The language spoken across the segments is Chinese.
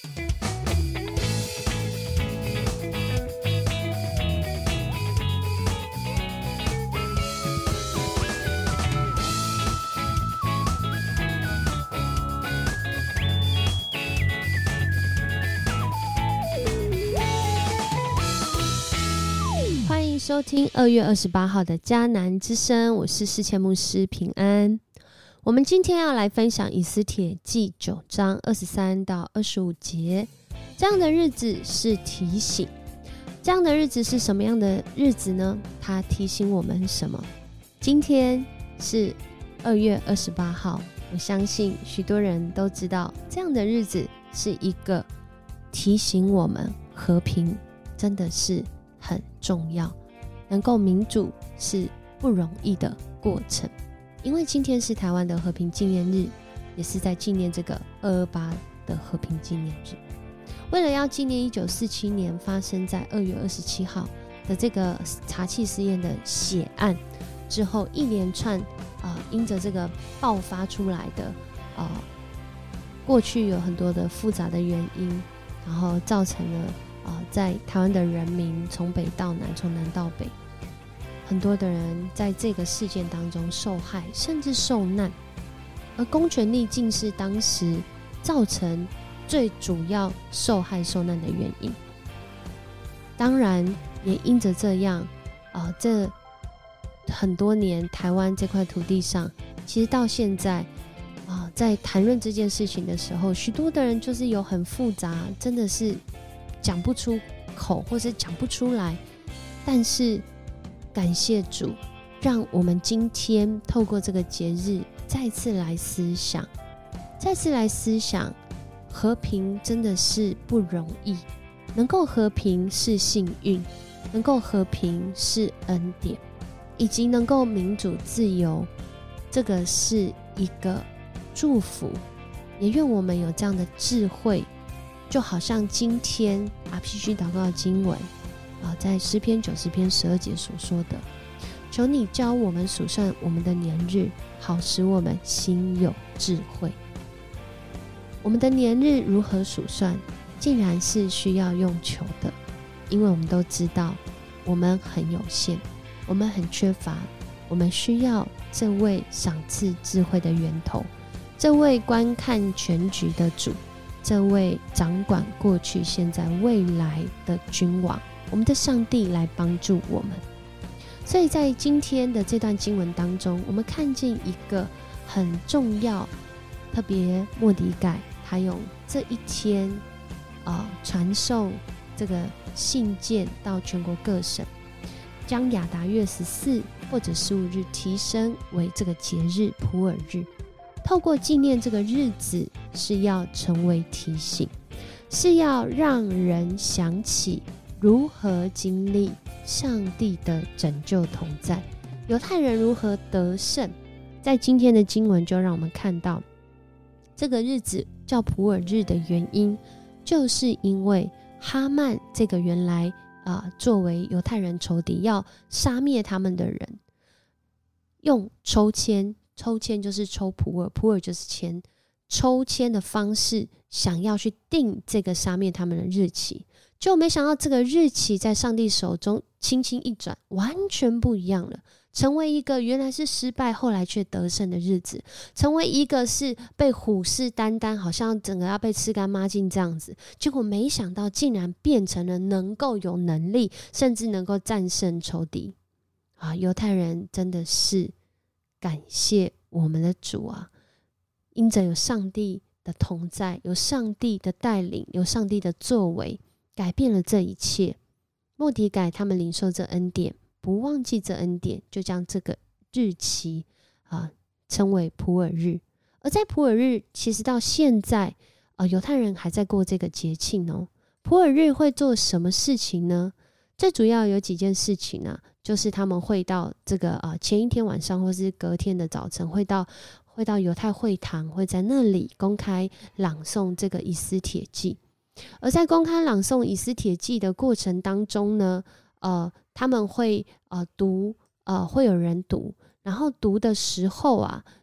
欢迎收听2月28号的迦南之声，我是世谦牧师平安。我们今天要来分享以斯帖记9章23到25节。这样的日子是提醒，这样的日子是什么样的日子呢？它提醒我们什么？今天是2月28号，我相信许多人都知道，这样的日子是一个提醒我们和平真的是很重要，能够民主是不容易的过程。因为今天是台湾的和平纪念日，也是在纪念这个228的和平纪念日。为了要纪念1947年发生在2月27号的这个查緝私赝的血案之后，一连串因着这个爆发出来的过去有很多的复杂的原因，然后造成了在台湾的人民从北到南，从南到北，很多的人在这个事件当中受害，甚至受难。而公权力竟是当时造成最主要受害受难的原因。当然也因着这样这很多年台湾这块土地上，其实到现在在谈论这件事情的时候，许多的人就是有很复杂，真的是讲不出口或是讲不出来。但是感谢主，让我们今天透过这个节日再次来思想和平真的是不容易，能够和平是幸运，能够和平是恩典，以及能够民主自由，这个是一个祝福。也愿我们有这样的智慧，就好像今天 RPG 祷告的经文在诗篇90篇12节所说的，求你教我们数算我们的年日，好使我们心有智慧。我们的年日如何数算，竟然是需要用求的，因为我们都知道我们很有限，我们很缺乏，我们需要这位赏赐智慧的源头，这位观看全局的主，这位掌管过去现在未来的君王，我们的上帝来帮助我们。所以在今天的这段经文当中，我们看见一个很重要，特别末底改他用这一天传送这个信件到全国各省，将亚达月14或者15日提升为这个节日普尔日。透过纪念这个日子，是要成为提醒，是要让人想起如何经历上帝的拯救同在，犹太人如何得胜。在今天的经文就让我们看到，这个日子叫普尔日的原因，就是因为哈曼这个原来作为犹太人仇敌要杀灭他们的人，用抽签就是抽普尔就是签，抽签的方式想要去定这个杀灭他们的日期，就没想到这个日期在上帝手中轻轻一转，完全不一样了，成为一个原来是失败后来却得胜的日子，成为一个是被虎视眈眈，好像整个要被吃干抹净这样子，结果没想到竟然变成了能够有能力，甚至能够战胜仇敌犹太人真的是感谢我们的主因着有上帝的同在，有上帝的带领，有上帝的作为，改变了这一切。末底改他们领受这恩典，不忘记这恩典，就将这个日期称为普尔日。而在普尔日，其实到现在犹太人还在过这个节庆普尔日会做什么事情呢？最主要有几件事情就是他们会到这个前一天晚上或是隔天的早晨，会到犹太会堂，会在那里公开朗诵这个以斯帖记。而在公开朗诵以斯帖记的过程当中呢，他们会读，会有人读，然后读的时候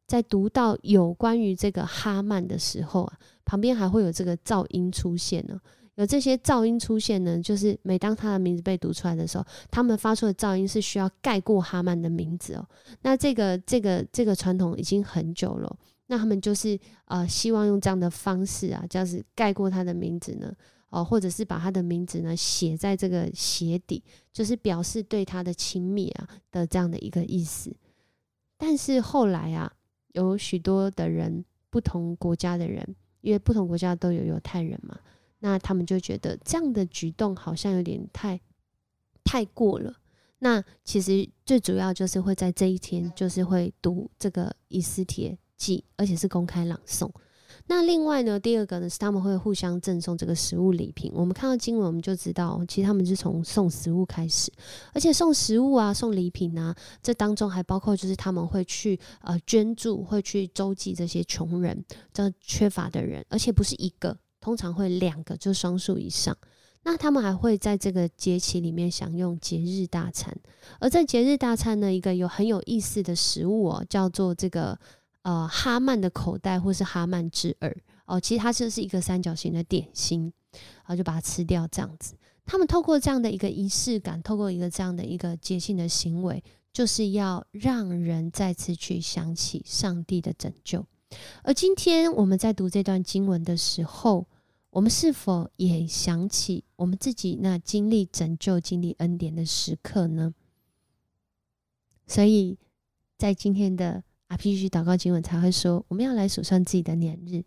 在读到有关于这个哈曼的时候啊，旁边还会有这个噪音出现呢。有这些噪音出现呢，就是每当他的名字被读出来的时候，他们发出的噪音是需要盖过哈曼的名字哦。那这个传统已经很久了，那他们就是希望用这样的方式啊，这样子盖过他的名字呢，或者是把他的名字呢写在这个鞋底，就是表示对他的亲密啊的这样的一个意思。但是后来啊，有许多的人，不同国家的人，因为不同国家都有犹太人嘛，那他们就觉得这样的举动好像有点太过了。那其实最主要就是会在这一天，就是会读这个以斯帖记，而且是公开朗诵。那另外呢，第二个呢是他们会互相赠送这个食物礼品。我们看到经文，我们就知道，其实他们是从送食物开始，而且送食物啊、送礼品啊，这当中还包括就是他们会去捐助，会去周济这些穷人、这缺乏的人，而且不是一个，通常会2个，就双数以上。那他们还会在这个节期里面享用节日大餐，而在节日大餐呢，一个很有意思的食物叫做这个哈曼的口袋，或是哈曼之耳其实它就是一个三角形的点心，然后就把它吃掉这样子。他们透过这样的一个仪式感，透过一个这样的一个节庆的行为，就是要让人再次去想起上帝的拯救。而今天我们在读这段经文的时候，我们是否也想起我们自己那经历拯救、经历恩典的时刻呢？所以在今天的RPG 祷告经文才会说，我们要来数算自己的年日。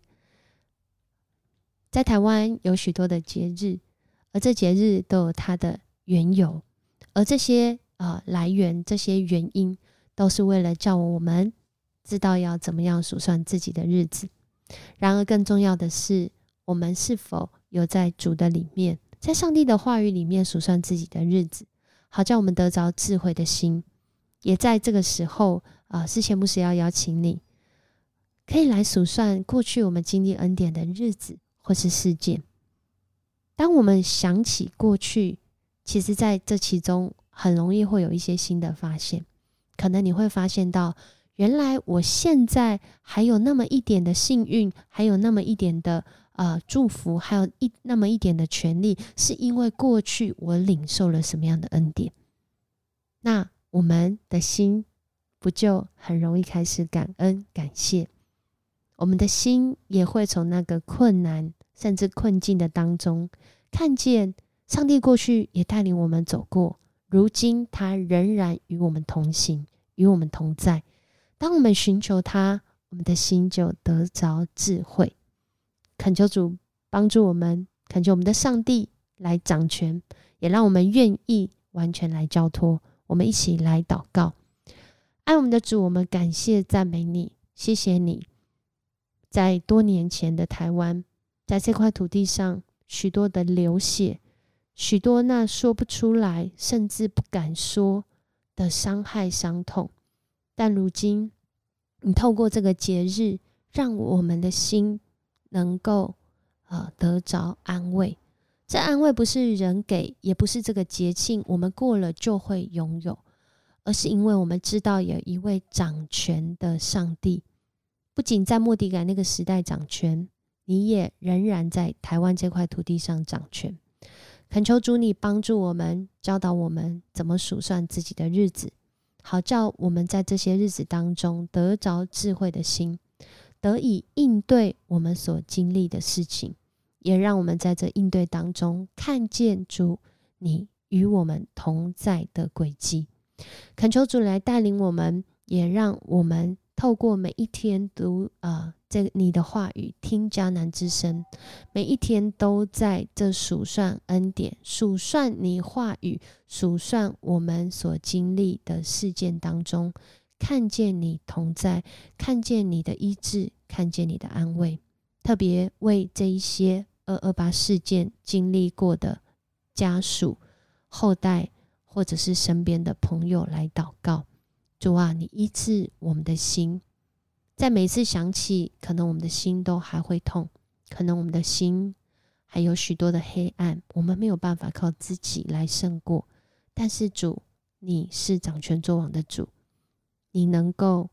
在台湾有许多的节日，而这节日都有它的缘由，而这些来源、这些原因，都是为了叫我们知道要怎么样数算自己的日子。然而更重要的是，我们是否有在主的里面，在上帝的话语里面数算自己的日子，好叫我们得着智慧的心。也在这个时候思贤牧师要邀请你，可以来数算过去我们经历恩典的日子或是事件。当我们想起过去，其实在这其中很容易会有一些新的发现。可能你会发现到，原来我现在还有那么一点的幸运，还有那么一点的祝福，还有那么一点的权利，是因为过去我领受了什么样的恩典。那我们的心不就很容易开始感恩感谢？我们的心也会从那个困难甚至困境的当中，看见上帝过去也带领我们走过，如今他仍然与我们同行，与我们同在。当我们寻求他，我们的心就得着智慧。恳求主帮助我们，恳求我们的上帝来掌权，也让我们愿意完全来交托。我们一起来祷告。爱我们的主，我们感谢赞美你，谢谢你在多年前的台湾，在这块土地上许多的流血，许多那说不出来甚至不敢说的伤害伤痛，但如今你透过这个节日，让我们的心能够得着安慰。这安慰不是人给，也不是这个节庆我们过了就会拥有，而是因为我们知道有一位掌权的上帝，不仅在末底改那个时代掌权，你也仍然在台湾这块土地上掌权。恳求主你帮助我们，教导我们怎么数算自己的日子，好叫我们在这些日子当中得着智慧的心，得以应对我们所经历的事情，也让我们在这应对当中看见主你与我们同在的轨迹。恳求主来带领我们，也让我们透过每一天读你的话语，听迦南之声，每一天都在这数算恩典，数算你话语，数算我们所经历的事件当中，看见你同在，看见你的医治，看见你的安慰。特别为这一些228事件经历过的家属、后代或者是身边的朋友来祷告。主啊，你医治我们的心，在每次想起，可能我们的心都还会痛，可能我们的心还有许多的黑暗，我们没有办法靠自己来胜过。但是主，你是掌权作王的主，你能够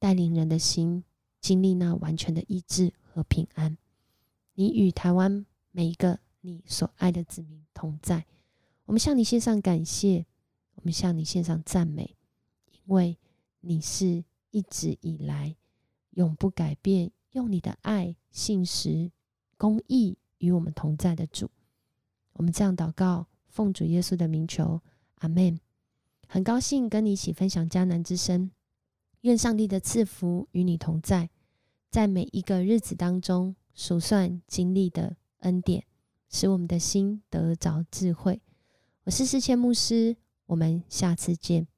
带领人的心经历那完全的医治和平安。你与台湾每一个你所爱的子民同在，我们向你献上感谢，我们向你献上赞美，因为你是一直以来永不改变，用你的爱、信实、公义与我们同在的主。我们这样祷告，奉主耶稣的名求，阿们。很高兴跟你一起分享迦南之声，愿上帝的赐福与你同在，在每一个日子当中数算经历的恩典，使我们的心得着智慧。我是世谦牧师，我们下次见。